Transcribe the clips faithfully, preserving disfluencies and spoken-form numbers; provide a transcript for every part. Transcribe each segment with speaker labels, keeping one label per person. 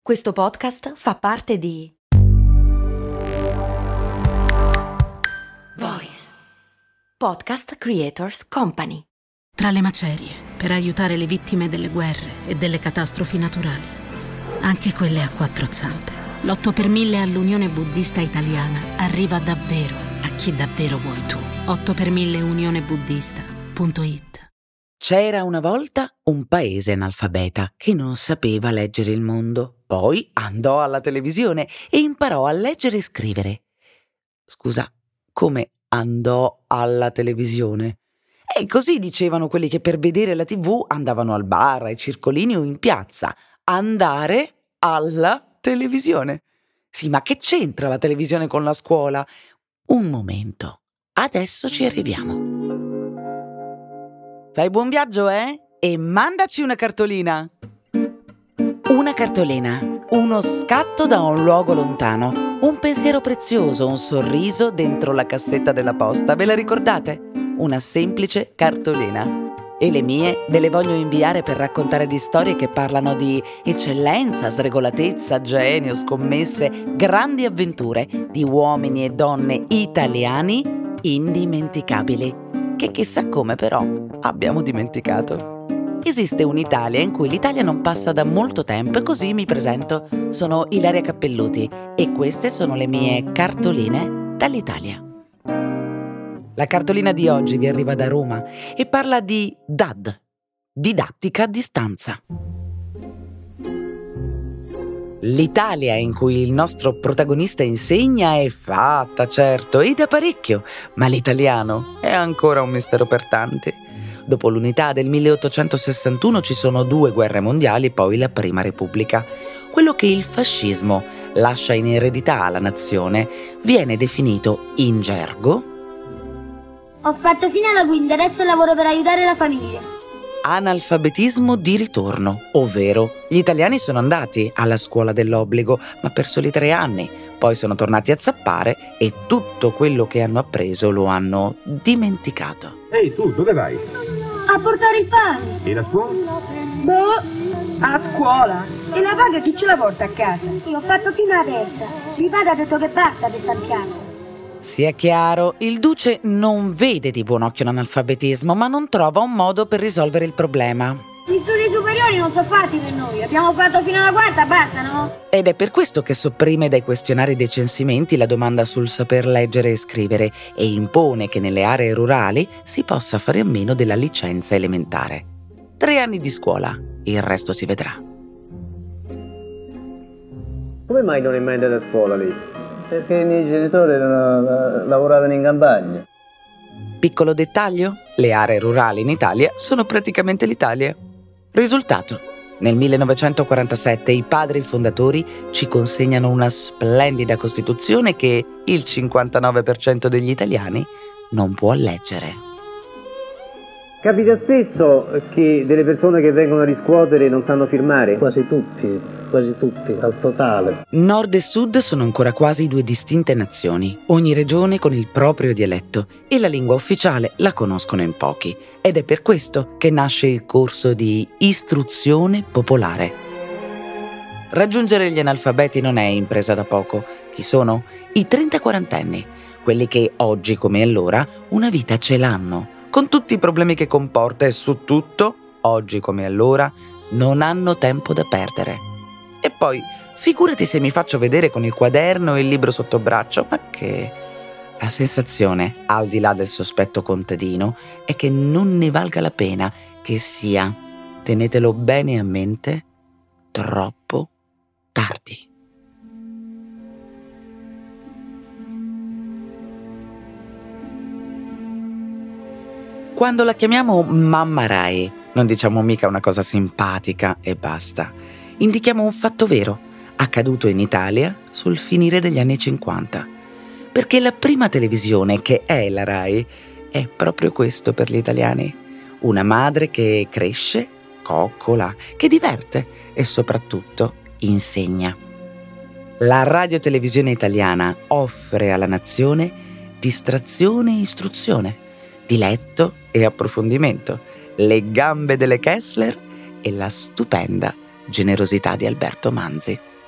Speaker 1: Questo podcast fa parte di Voice Podcast Creators Company.
Speaker 2: Tra le macerie, per aiutare le vittime delle guerre e delle catastrofi naturali, anche quelle a quattro zampe, l'otto per mille all'Unione Buddista Italiana arriva davvero a chi davvero vuoi tu. otto per mille unione buddista punto it.
Speaker 3: C'era una volta un paese analfabeta che non sapeva leggere il mondo. Poi andò alla televisione e imparò a leggere e scrivere. Scusa, come andò alla televisione? E così dicevano quelli che per vedere la tivù andavano al bar, ai circolini o in piazza. Andare alla televisione. Sì, ma che c'entra la televisione con la scuola? Un momento, adesso ci arriviamo. Fai buon viaggio, eh? E mandaci una cartolina. Una cartolina, uno scatto da un luogo lontano, un pensiero prezioso, un sorriso dentro la cassetta della posta. Ve la ricordate? Una semplice cartolina. E le mie ve le voglio inviare per raccontare di storie che parlano di eccellenza, sregolatezza, genio, scommesse, grandi avventure di uomini e donne italiani indimenticabili, che chissà come però abbiamo dimenticato. Esiste un'Italia in cui l'Italia non passa da molto tempo e così mi presento. Sono Ilaria Cappelluti e queste sono le mie cartoline dall'Italia. La cartolina di oggi vi arriva da Roma e parla di D A D, didattica a distanza. L'Italia in cui il nostro protagonista insegna è fatta, certo, e da parecchio, ma l'italiano è ancora un mistero per tanti. Dopo l'unità del milleottocentosessantuno ci sono due guerre mondiali e poi la Prima Repubblica. Quello che il fascismo lascia in eredità alla nazione viene definito in gergo:
Speaker 4: ho fatto fine alla quinta, adesso lavoro per aiutare la famiglia.
Speaker 3: Analfabetismo di ritorno, ovvero gli italiani sono andati alla scuola dell'obbligo, ma per soli tre anni, poi sono tornati a zappare e tutto quello che hanno appreso lo hanno dimenticato.
Speaker 5: Ehi tu, dove vai?
Speaker 4: A portare il pane.
Speaker 5: E la scuola?
Speaker 4: Boh,
Speaker 6: a scuola. E la paga chi ce la porta a casa?
Speaker 4: Io ho fatto fino alla terza. Mi padre ha detto che basta per Santiago.
Speaker 3: Sia chiaro, il duce non vede di buon occhio l'analfabetismo, ma non trova un modo per risolvere il problema.
Speaker 4: Gli studi superiori non sono fatti per noi, abbiamo fatto fino alla quarta, basta, no?
Speaker 3: Ed è per questo che sopprime dai questionari dei censimenti la domanda sul saper leggere e scrivere e impone che nelle aree rurali si possa fare a meno della licenza elementare. Tre anni di scuola, il resto si vedrà.
Speaker 7: Come mai non è mai andata a scuola lì? Perché i miei genitori lavoravano in campagna.
Speaker 3: Piccolo dettaglio, le aree rurali in Italia sono praticamente l'Italia. Risultato, nel millenovecentoquarantasette i padri fondatori ci consegnano una splendida Costituzione che il cinquantanove per cento degli italiani non può leggere.
Speaker 7: Capita spesso che delle persone che vengono a riscuotere non sanno firmare? Quasi tutti, quasi tutti, al totale.
Speaker 3: Nord e Sud sono ancora quasi due distinte nazioni, ogni regione con il proprio dialetto, e la lingua ufficiale la conoscono in pochi. Ed è per questo che nasce il corso di istruzione popolare. Raggiungere gli analfabeti non è impresa da poco. Chi sono? I trenta-quarantenni, quelli che oggi come allora una vita ce l'hanno, con tutti i problemi che comporta e su tutto, oggi come allora, non hanno tempo da perdere. E poi, figurati se mi faccio vedere con il quaderno e il libro sotto braccio, ma che... La sensazione, al di là del sospetto contadino, è che non ne valga la pena che sia, tenetelo bene a mente, troppo tardi. Quando la chiamiamo Mamma Rai, non diciamo mica una cosa simpatica e basta. Indichiamo un fatto vero, accaduto in Italia sul finire degli anni cinquanta. Perché la prima televisione, che è la Rai, è proprio questo per gli italiani. Una madre che cresce, coccola, che diverte e soprattutto insegna. La radiotelevisione italiana offre alla nazione distrazione e istruzione, diletto e approfondimento, le gambe delle Kessler e la stupenda generosità di Alberto Manzi.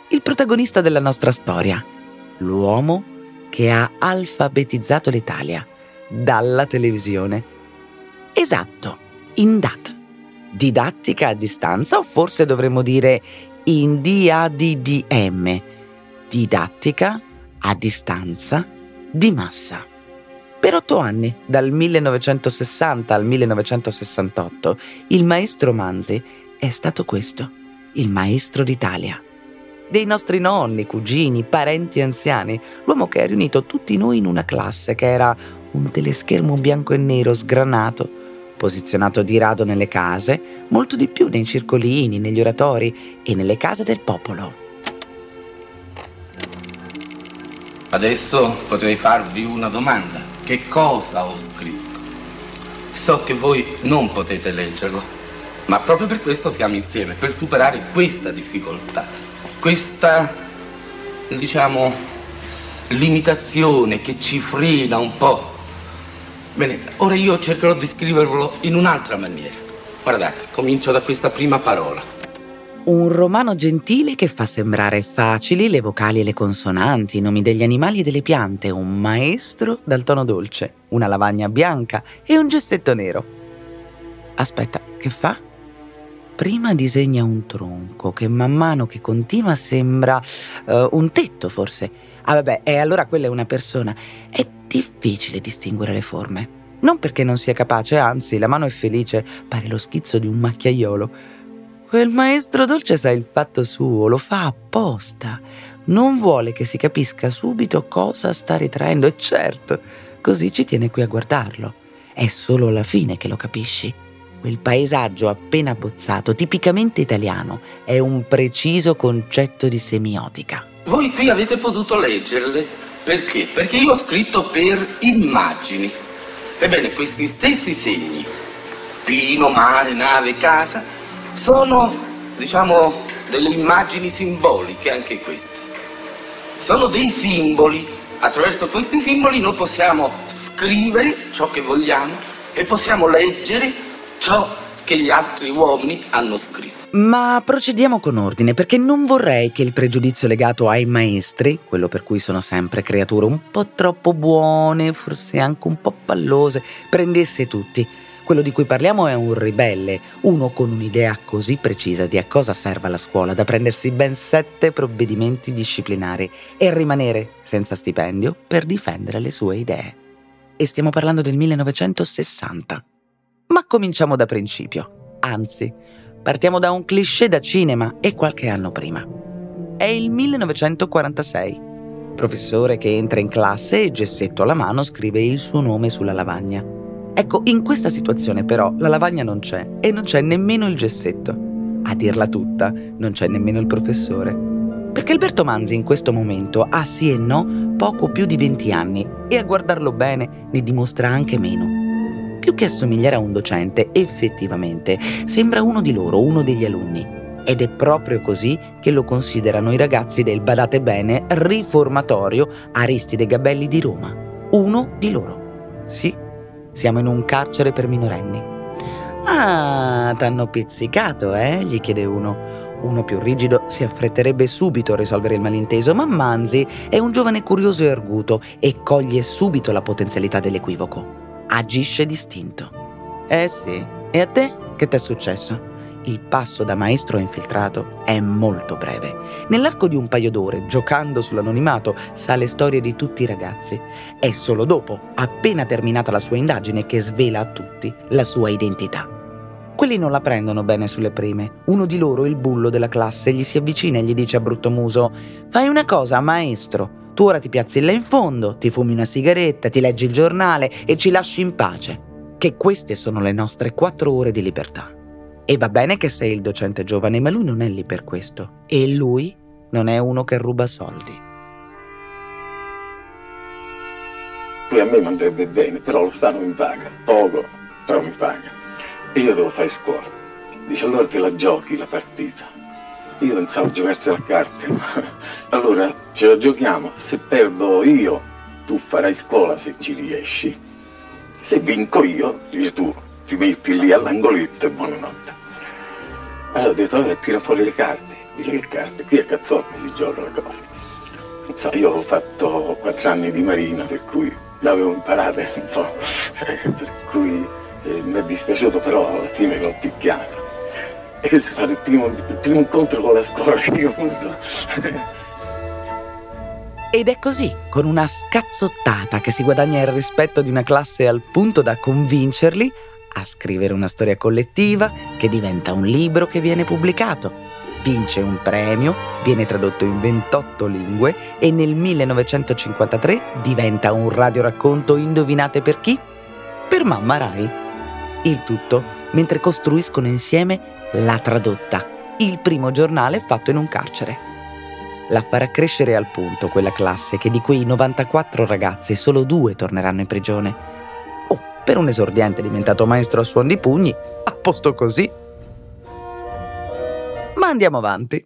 Speaker 3: il protagonista della nostra storia, l'uomo che ha alfabetizzato l'Italia dalla televisione. Esatto, in D A D, didattica a distanza, o forse dovremmo dire in D A D D M, didattica a distanza di massa. Per otto anni, dal millenovecentosessanta al millenovecentosessantotto, il maestro Manzi è stato questo, il maestro d'Italia. Dei nostri nonni, cugini, parenti anziani, l'uomo che ha riunito tutti noi in una classe che era un teleschermo bianco e nero sgranato, posizionato di rado nelle case, molto di più nei circolini, negli oratori e nelle case del popolo.
Speaker 5: Adesso potrei farvi una domanda. Che cosa ho scritto? So che voi non potete leggerlo, ma proprio per questo siamo insieme, per superare questa difficoltà, questa, diciamo, limitazione che ci frena un po'. Bene, ora io cercherò di scriverlo in un'altra maniera. Guardate, comincio da questa prima parola.
Speaker 3: Un romano gentile che fa sembrare facili le vocali e le consonanti, i nomi degli animali e delle piante, un maestro dal tono dolce, una lavagna bianca e un gessetto nero. Aspetta, che fa? Prima disegna un tronco che man mano che continua sembra uh, un tetto forse. Ah vabbè, e allora quella è una persona. È difficile distinguere le forme. Non perché non sia capace, anzi la mano è felice, pare lo schizzo di un macchiaiolo. Quel maestro dolce sa il fatto suo, lo fa apposta. Non vuole che si capisca subito cosa sta ritraendo, e certo, così ci tiene qui a guardarlo. È solo alla fine che lo capisci. Quel paesaggio appena abbozzato, tipicamente italiano, è un preciso concetto di semiotica.
Speaker 5: Voi qui avete potuto leggerle. Perché? Perché io ho scritto per immagini. Ebbene, questi stessi segni, pino, mare, nave, casa, sono, diciamo, delle immagini simboliche, anche queste. Sono dei simboli. Attraverso questi simboli noi possiamo scrivere ciò che vogliamo e possiamo leggere ciò che gli altri uomini hanno scritto.
Speaker 3: Ma procediamo con ordine, perché non vorrei che il pregiudizio legato ai maestri, quello per cui sono sempre creature un po' troppo buone, forse anche un po' pallose, prendesse tutti. Quello di cui parliamo è un ribelle, uno con un'idea così precisa di a cosa serva la scuola da prendersi ben sette provvedimenti disciplinari e rimanere senza stipendio per difendere le sue idee. E stiamo parlando del millenovecentosessanta. Ma cominciamo da principio, anzi, partiamo da un cliché da cinema e qualche anno prima. È il millenovecentoquarantasei. Professore che entra in classe e gessetto alla mano scrive il suo nome sulla lavagna. Ecco, in questa situazione però la lavagna non c'è e non c'è nemmeno il gessetto. A dirla tutta, non c'è nemmeno il professore. Perché Alberto Manzi in questo momento ha sì e no poco più di venti anni e a guardarlo bene ne dimostra anche meno. Più che assomigliare a un docente, effettivamente sembra uno di loro, uno degli alunni. Ed è proprio così che lo considerano i ragazzi del, badate bene, riformatorio Aristide Gabelli di Roma. Uno di loro. Sì. Siamo in un carcere per minorenni. Ah, t'hanno pizzicato, eh? Gli chiede uno. Uno più rigido si affretterebbe subito a risolvere il malinteso, ma Manzi è un giovane curioso e arguto e coglie subito la potenzialità dell'equivoco. Agisce distinto. Eh sì, e a te che t'è successo? Il passo da maestro a infiltrato è molto breve. Nell'arco di un paio d'ore, giocando sull'anonimato, sa le storie di tutti i ragazzi. È solo dopo, appena terminata la sua indagine, che svela a tutti la sua identità. Quelli non la prendono bene sulle prime. Uno di loro, il bullo della classe, gli si avvicina e gli dice a brutto muso: «Fai una cosa, maestro. Tu ora ti piazzi là in fondo, ti fumi una sigaretta, ti leggi il giornale e ci lasci in pace. Che queste sono le nostre quattro ore di libertà». E va bene che sei il docente giovane, ma lui non è lì per questo. E lui non è uno che ruba soldi.
Speaker 8: Poi a me mi andrebbe bene, però lo Stato mi paga. Poco, però mi paga. E io devo fare scuola. Dice, allora te la giochi la partita. Io pensavo giocarsela a carte. Allora ce la giochiamo. Se perdo io, tu farai scuola se ci riesci. Se vinco io, dice tu, ti metti lì all'angoletto e buonanotte. Allora ho detto, vabbè, tira fuori le carte. Dice che carte, qui a cazzotti si gioca la cosa. So, io ho fatto quattro anni di marina, per cui l'avevo imparata un po', per cui eh, mi è dispiaciuto, però alla fine l'ho picchiata. E questo è stato il primo, il primo incontro con la scuola che io ho avuto.
Speaker 3: Ed è così, con una scazzottata, che si guadagna il rispetto di una classe al punto da convincerli a scrivere una storia collettiva che diventa un libro che viene pubblicato. Vince un premio, viene tradotto in ventotto lingue e nel millenovecentocinquantatré diventa un radioracconto, indovinate per chi? Per Mamma Rai. Il tutto mentre costruiscono insieme La Tradotta, il primo giornale fatto in un carcere. La farà crescere al punto quella classe che di quei novantaquattro ragazzi solo due torneranno in prigione. Oh, per un esordiente diventato maestro a suon di pugni, a posto così. Ma andiamo avanti.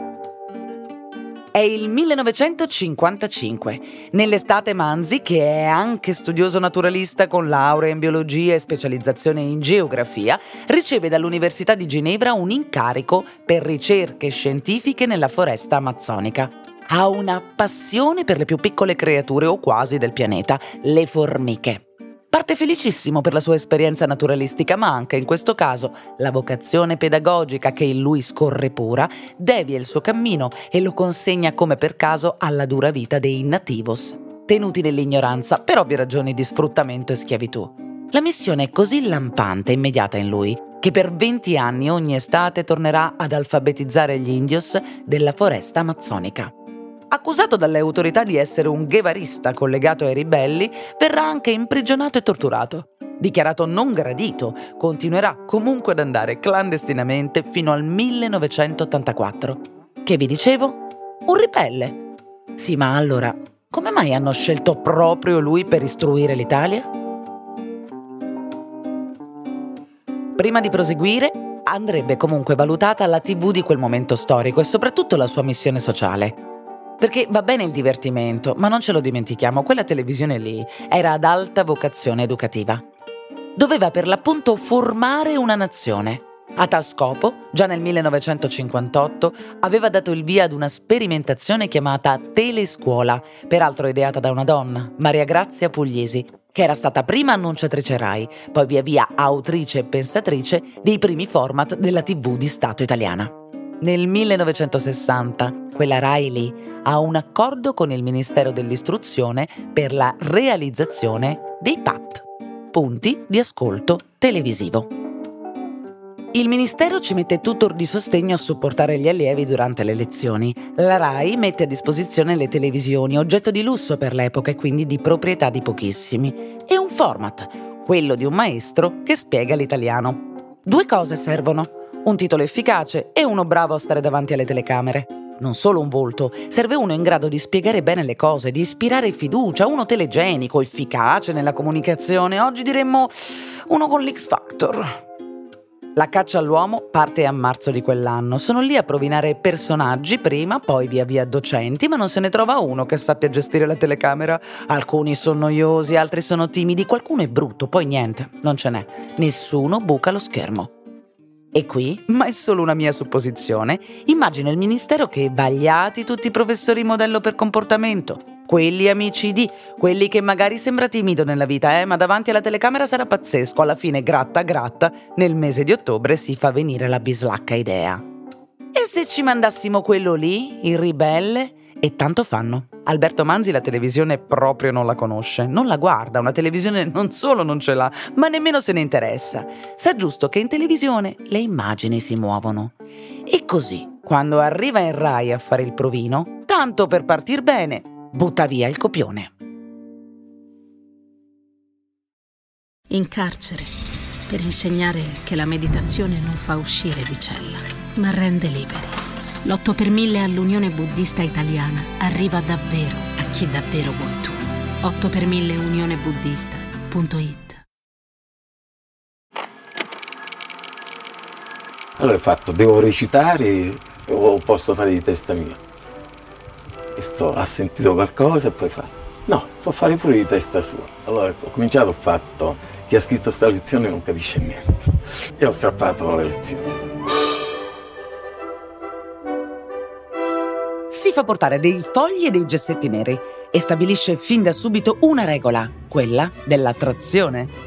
Speaker 3: È il millenovecentocinquantacinque. Nell'estate Manzi, che è anche studioso naturalista con laurea in biologia e specializzazione in geografia, riceve dall'Università di Ginevra un incarico per ricerche scientifiche nella foresta amazzonica. Ha una passione per le più piccole creature o quasi del pianeta, le formiche. Parte felicissimo per la sua esperienza naturalistica, ma anche in questo caso la vocazione pedagogica che in lui scorre pura devia il suo cammino e lo consegna come per caso alla dura vita dei nativos, tenuti nell'ignoranza per ovvie ragioni di sfruttamento e schiavitù. La missione è così lampante e immediata in lui che per venti anni ogni estate tornerà ad alfabetizzare gli indios della foresta amazzonica. Accusato dalle autorità di essere un guevarista collegato ai ribelli, verrà anche imprigionato e torturato. Dichiarato non gradito, continuerà comunque ad andare clandestinamente fino al millenovecentottantaquattro. Che vi dicevo? Un ribelle. Sì, ma allora, come mai hanno scelto proprio lui per istruire l'Italia? Prima di proseguire, andrebbe comunque valutata la tivù di quel momento storico e soprattutto la sua missione sociale. Perché va bene il divertimento, ma non ce lo dimentichiamo, quella televisione lì era ad alta vocazione educativa. Doveva per l'appunto formare una nazione. A tal scopo, già nel millenovecentocinquantotto, aveva dato il via ad una sperimentazione chiamata Telescuola, peraltro ideata da una donna, Maria Grazia Pugliesi, che era stata prima annunciatrice Rai, poi via via autrice e pensatrice dei primi format della tivù di Stato italiana. Nel millenovecentosessanta, quella Rai lì ha un accordo con il Ministero dell'Istruzione per la realizzazione dei P A T, punti di ascolto televisivo. Il Ministero ci mette tutto di sostegno a supportare gli allievi durante le lezioni. La Rai mette a disposizione le televisioni, oggetto di lusso per l'epoca e quindi di proprietà di pochissimi, e un format, quello di un maestro che spiega l'italiano. Due cose servono: un titolo efficace e uno bravo a stare davanti alle telecamere. Non solo un volto, serve uno in grado di spiegare bene le cose, di ispirare fiducia, uno telegenico, efficace nella comunicazione. Oggi diremmo uno con l'X Factor. La caccia all'uomo parte a marzo di quell'anno. Sono lì a provinare personaggi, prima, poi via via docenti, ma non se ne trova uno che sappia gestire la telecamera. Alcuni sono noiosi, altri sono timidi, qualcuno è brutto, poi niente, non ce n'è. Nessuno buca lo schermo. E qui, ma è solo una mia supposizione, immagino il ministero che vagliati tutti i professori modello per comportamento, quelli amici di, quelli che magari sembra timido nella vita, eh, ma davanti alla telecamera sarà pazzesco, alla fine gratta gratta, nel mese di ottobre si fa venire la bislacca idea. E se ci mandassimo quello lì, il ribelle? E tanto fanno. Alberto Manzi la televisione proprio non la conosce, non la guarda, una televisione non solo non ce l'ha, ma nemmeno se ne interessa. Sa giusto che in televisione le immagini si muovono. E così, quando arriva in Rai a fare il provino, tanto per partir bene, butta via il copione.
Speaker 2: In carcere, per insegnare che la meditazione non fa uscire di cella, ma rende liberi. L'otto per mille all'Unione Buddista Italiana arriva davvero a chi davvero vuoi tu. otto per mille unione buddista punto it.
Speaker 8: Allora ho fatto, devo recitare o posso fare di testa mia? E sto, ha sentito qualcosa e poi fa, no, può fare pure di testa sua. Allora ho cominciato, ho fatto, chi ha scritto sta lezione non capisce niente. E ho strappato le lezioni.
Speaker 3: si fa portare dei fogli e dei gessetti neri e stabilisce fin da subito una regola, quella dell'attrazione.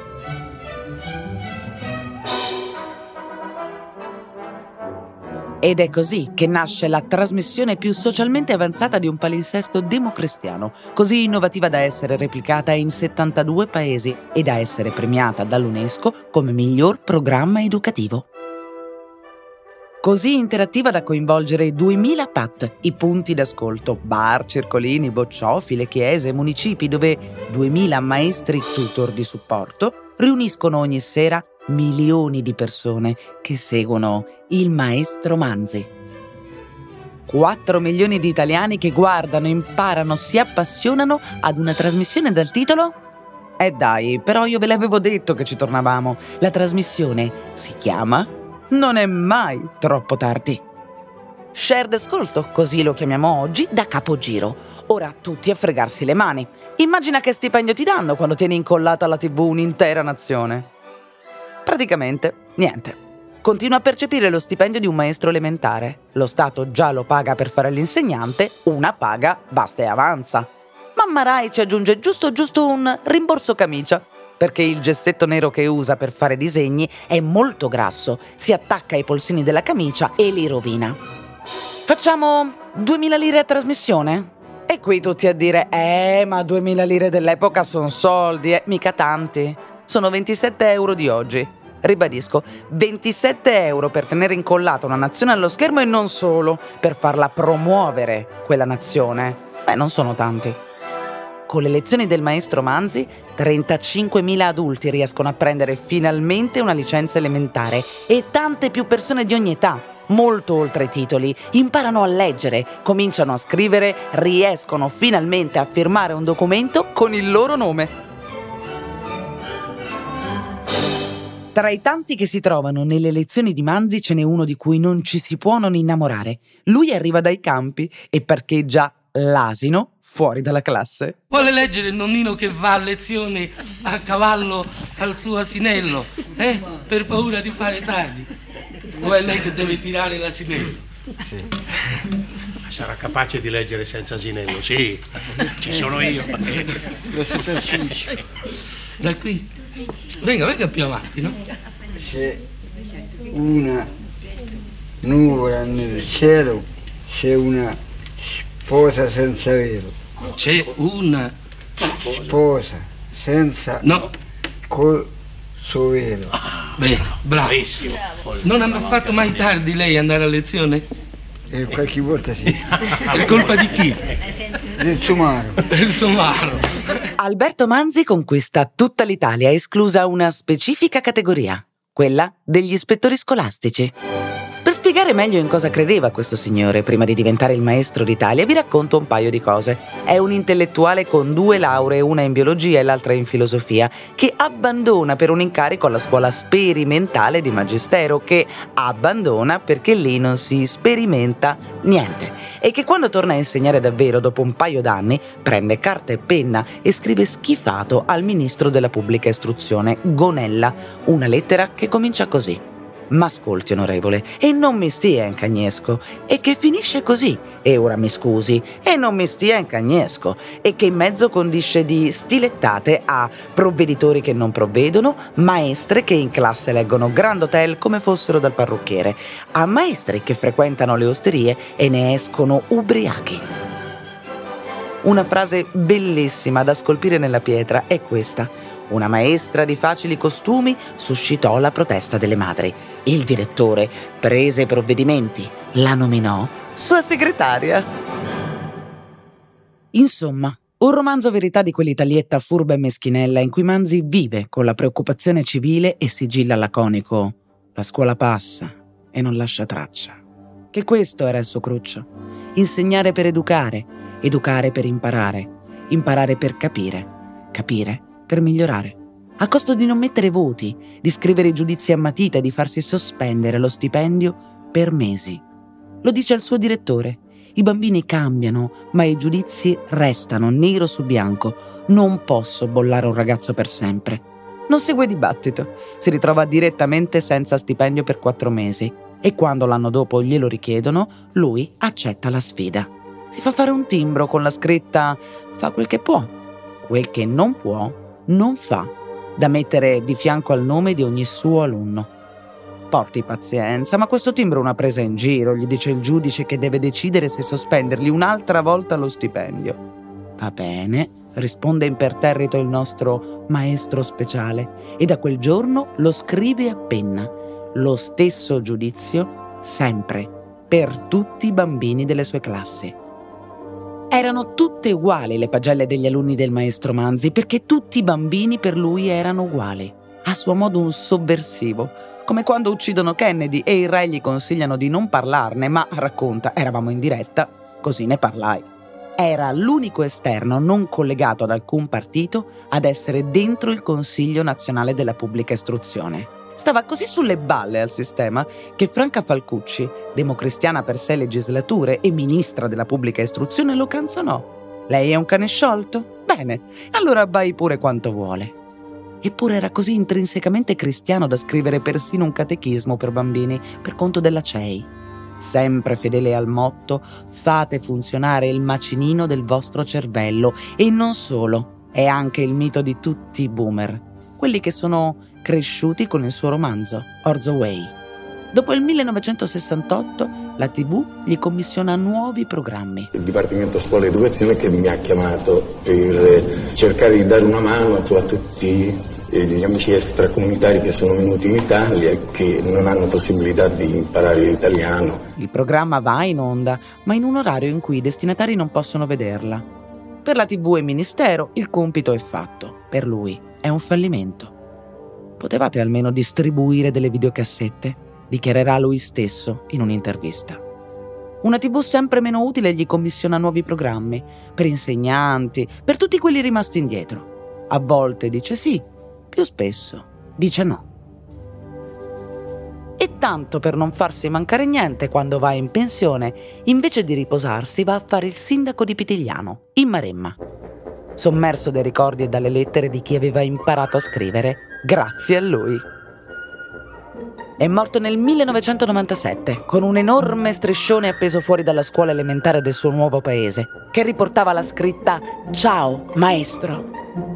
Speaker 3: Ed è così che nasce la trasmissione più socialmente avanzata di un palinsesto democristiano, così innovativa da essere replicata in settantadue paesi e da essere premiata dall'UNESCO come miglior programma educativo. Così interattiva da coinvolgere duemila P A T, i punti d'ascolto, bar, circolini, bocciofile, le chiese, municipi, dove duemila maestri tutor di supporto riuniscono ogni sera milioni di persone che seguono il maestro Manzi. quattro milioni di italiani che guardano, imparano, si appassionano ad una trasmissione dal titolo? Eh dai, però io ve l'avevo detto che ci tornavamo. La trasmissione si chiama Non è mai troppo tardi. Shared ascolto, così lo chiamiamo oggi, da capogiro. Ora tutti a fregarsi le mani. Immagina che stipendio ti danno quando tieni incollata alla tivù un'intera nazione. Praticamente niente. Continua a percepire lo stipendio di un maestro elementare. Lo Stato già lo paga per fare l'insegnante, una paga basta e avanza. Mamma Rai ci aggiunge giusto giusto un rimborso camicia, perché il gessetto nero che usa per fare disegni è molto grasso, si attacca ai polsini della camicia e li rovina. Facciamo duemila lire a trasmissione? E qui tutti a dire, eh, ma duemila lire dell'epoca sono soldi, eh, mica tanti. Sono ventisette euro di oggi. Ribadisco, ventisette euro per tenere incollata una nazione allo schermo e non solo, per farla promuovere quella nazione. Beh, non sono tanti. Con le lezioni del maestro Manzi, trentacinquemila adulti riescono a prendere finalmente una licenza elementare e tante più persone di ogni età, molto oltre i titoli, imparano a leggere, cominciano a scrivere, riescono finalmente a firmare un documento con il loro nome. Tra i tanti che si trovano nelle lezioni di Manzi ce n'è uno di cui non ci si può non innamorare. Lui arriva dai campi e parcheggia l'asino fuori dalla classe.
Speaker 9: Vuole leggere il nonnino che va a lezione a cavallo al suo asinello, eh? Per paura di fare tardi. O è lei che deve tirare l'asinello?
Speaker 10: Sì. Sarà capace di leggere senza asinello? Sì, ci sono io.
Speaker 11: Lo superficio.
Speaker 9: Da qui? Venga, venga più avanti, no?
Speaker 11: C'è una nuvola nel cielo, c'è una sposa senza velo.
Speaker 9: C'è una
Speaker 11: sposa senza
Speaker 9: no
Speaker 11: col suo velo.
Speaker 9: Ah, bene, bravissimo. Non ha mai fatto mai tardi lei andare a lezione?
Speaker 11: E qualche volta sì.
Speaker 9: È colpa di chi?
Speaker 11: Del somaro.
Speaker 9: Del somaro.
Speaker 3: Alberto Manzi conquista tutta l'Italia, esclusa una specifica categoria, quella degli ispettori scolastici. Per spiegare meglio in cosa credeva questo signore prima di diventare il maestro d'Italia, vi racconto un paio di cose. È un intellettuale con due lauree, una in biologia e l'altra in filosofia, che abbandona per un incarico alla scuola sperimentale di Magistero, che abbandona perché lì non si sperimenta niente, e che quando torna a insegnare davvero dopo un paio d'anni prende carta e penna e scrive schifato al ministro della pubblica istruzione, Gonella, una lettera che comincia così. M'ascolti, onorevole, e non mi stia in cagnesco, e che finisce così, e ora mi scusi, e non mi stia in cagnesco, e che in mezzo condisce di stilettate a provveditori che non provvedono, maestre che in classe leggono Grand Hotel come fossero dal parrucchiere, a maestri che frequentano le osterie e ne escono ubriachi. Una frase bellissima da scolpire nella pietra è questa. Una maestra di facili costumi suscitò la protesta delle madri. Il direttore prese i provvedimenti, la nominò sua segretaria. Insomma, un romanzo verità di quell'italietta furba e meschinella in cui Manzi vive con la preoccupazione civile e sigilla laconico: la scuola passa e non lascia traccia. Che questo era il suo cruccio. Insegnare per educare, educare per imparare, imparare per capire, capire per migliorare, a costo di non mettere voti, di scrivere giudizi a matita e di farsi sospendere lo stipendio per mesi. Lo dice il suo direttore. I bambini cambiano, ma i giudizi restano nero su bianco. Non posso bollare un ragazzo per sempre. Non segue dibattito, si ritrova direttamente senza stipendio per quattro mesi. e quando l'anno dopo glielo richiedono, lui accetta la sfida. Si fa fare un timbro con la scritta «Fa quel che può, quel che non può, non fa», da mettere di fianco al nome di ogni suo alunno. Porti pazienza, ma questo timbro è una presa in giro, gli dice il giudice che deve decidere se sospendergli un'altra volta lo stipendio. Va bene, risponde imperterrito il nostro maestro speciale, e da quel giorno lo scrive a penna. Lo stesso giudizio, sempre, per tutti i bambini delle sue classi. Erano tutte uguali le pagelle degli alunni del maestro Manzi, perché tutti i bambini per lui erano uguali. A suo modo un sovversivo, come quando uccidono Kennedy e i re gli consigliano di non parlarne, ma racconta, eravamo in diretta, così ne parlai. Era l'unico esterno non collegato ad alcun partito ad essere dentro il Consiglio Nazionale della Pubblica Istruzione. Stava così sulle balle al sistema che Franca Falcucci, democristiana per sei legislature e ministra della pubblica istruzione, lo canzonò. Lei è un cane sciolto? Bene, allora abbai pure quanto vuole. Eppure era così intrinsecamente cristiano da scrivere persino un catechismo per bambini per conto della C E I. Sempre fedele al motto «Fate funzionare il macinino del vostro cervello», e non solo, è anche il mito di tutti i boomer, quelli che sono cresciuti con il suo romanzo, Orzo Way. Dopo il millenovecentosessantotto, la tivù gli commissiona nuovi programmi.
Speaker 8: Il Dipartimento Scuola e Educazione che mi ha chiamato per cercare di dare una mano a tutti gli amici extracomunitari che sono venuti in Italia e che non hanno possibilità di imparare l'italiano.
Speaker 3: Il programma va in onda, ma in un orario in cui i destinatari non possono vederla. Per la tivù e ministero il compito è fatto, per lui è un fallimento. Potevate almeno distribuire delle videocassette, dichiarerà lui stesso in un'intervista. Una tivù sempre meno utile gli commissiona nuovi programmi, per insegnanti, per tutti quelli rimasti indietro. A volte dice sì, più spesso dice no. E tanto per non farsi mancare niente quando va in pensione, invece di riposarsi va a fare il sindaco di Pitigliano, in Maremma. Sommerso dai ricordi e dalle lettere di chi aveva imparato a scrivere grazie a lui. È morto nel millenovecentonovantasette, con un enorme striscione appeso fuori dalla scuola elementare del suo nuovo paese, che riportava la scritta «Ciao, maestro».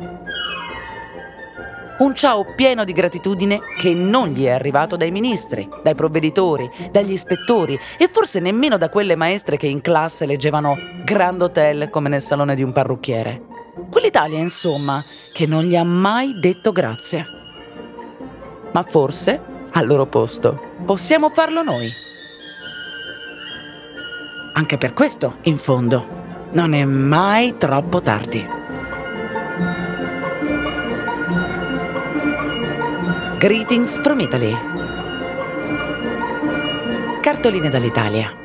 Speaker 3: Un ciao pieno di gratitudine che non gli è arrivato dai ministri, dai provveditori, dagli ispettori e forse nemmeno da quelle maestre che in classe leggevano Grand Hotel come nel salone di un parrucchiere. Quell'Italia, insomma, che non gli ha mai detto grazie. Ma forse, al loro posto, possiamo farlo noi. Anche per questo, in fondo, non è mai troppo tardi. Greetings from Italy. Cartoline dall'Italia.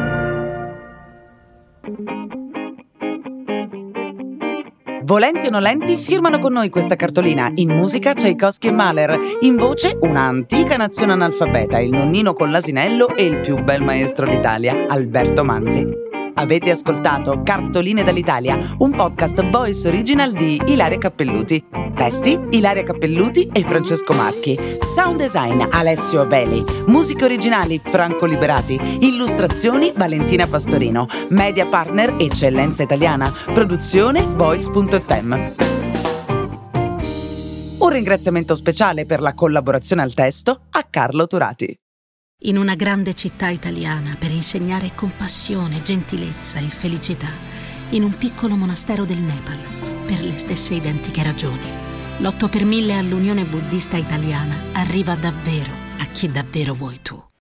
Speaker 3: Volenti o nolenti, firmano con noi questa cartolina. In musica Tchaikovsky e Mahler, in voce una antica nazione analfabeta, il nonnino con l'asinello e il più bel maestro d'Italia, Alberto Manzi. Avete ascoltato Cartoline dall'Italia, un podcast voice original di Ilaria Cappelluti. Testi Ilaria Cappelluti e Francesco Marchi. Sound design Alessio Abeli. Musiche originali Franco Liberati. Illustrazioni Valentina Pastorino. Media partner Eccellenza Italiana. Produzione voice punto effe emme. Un ringraziamento speciale per la collaborazione al testo a Carlo Turati.
Speaker 2: In una grande città italiana per insegnare compassione, gentilezza e felicità, in un piccolo monastero del Nepal, per le stesse identiche ragioni. L'otto per mille all'Unione Buddista Italiana arriva davvero a chi davvero vuoi tu.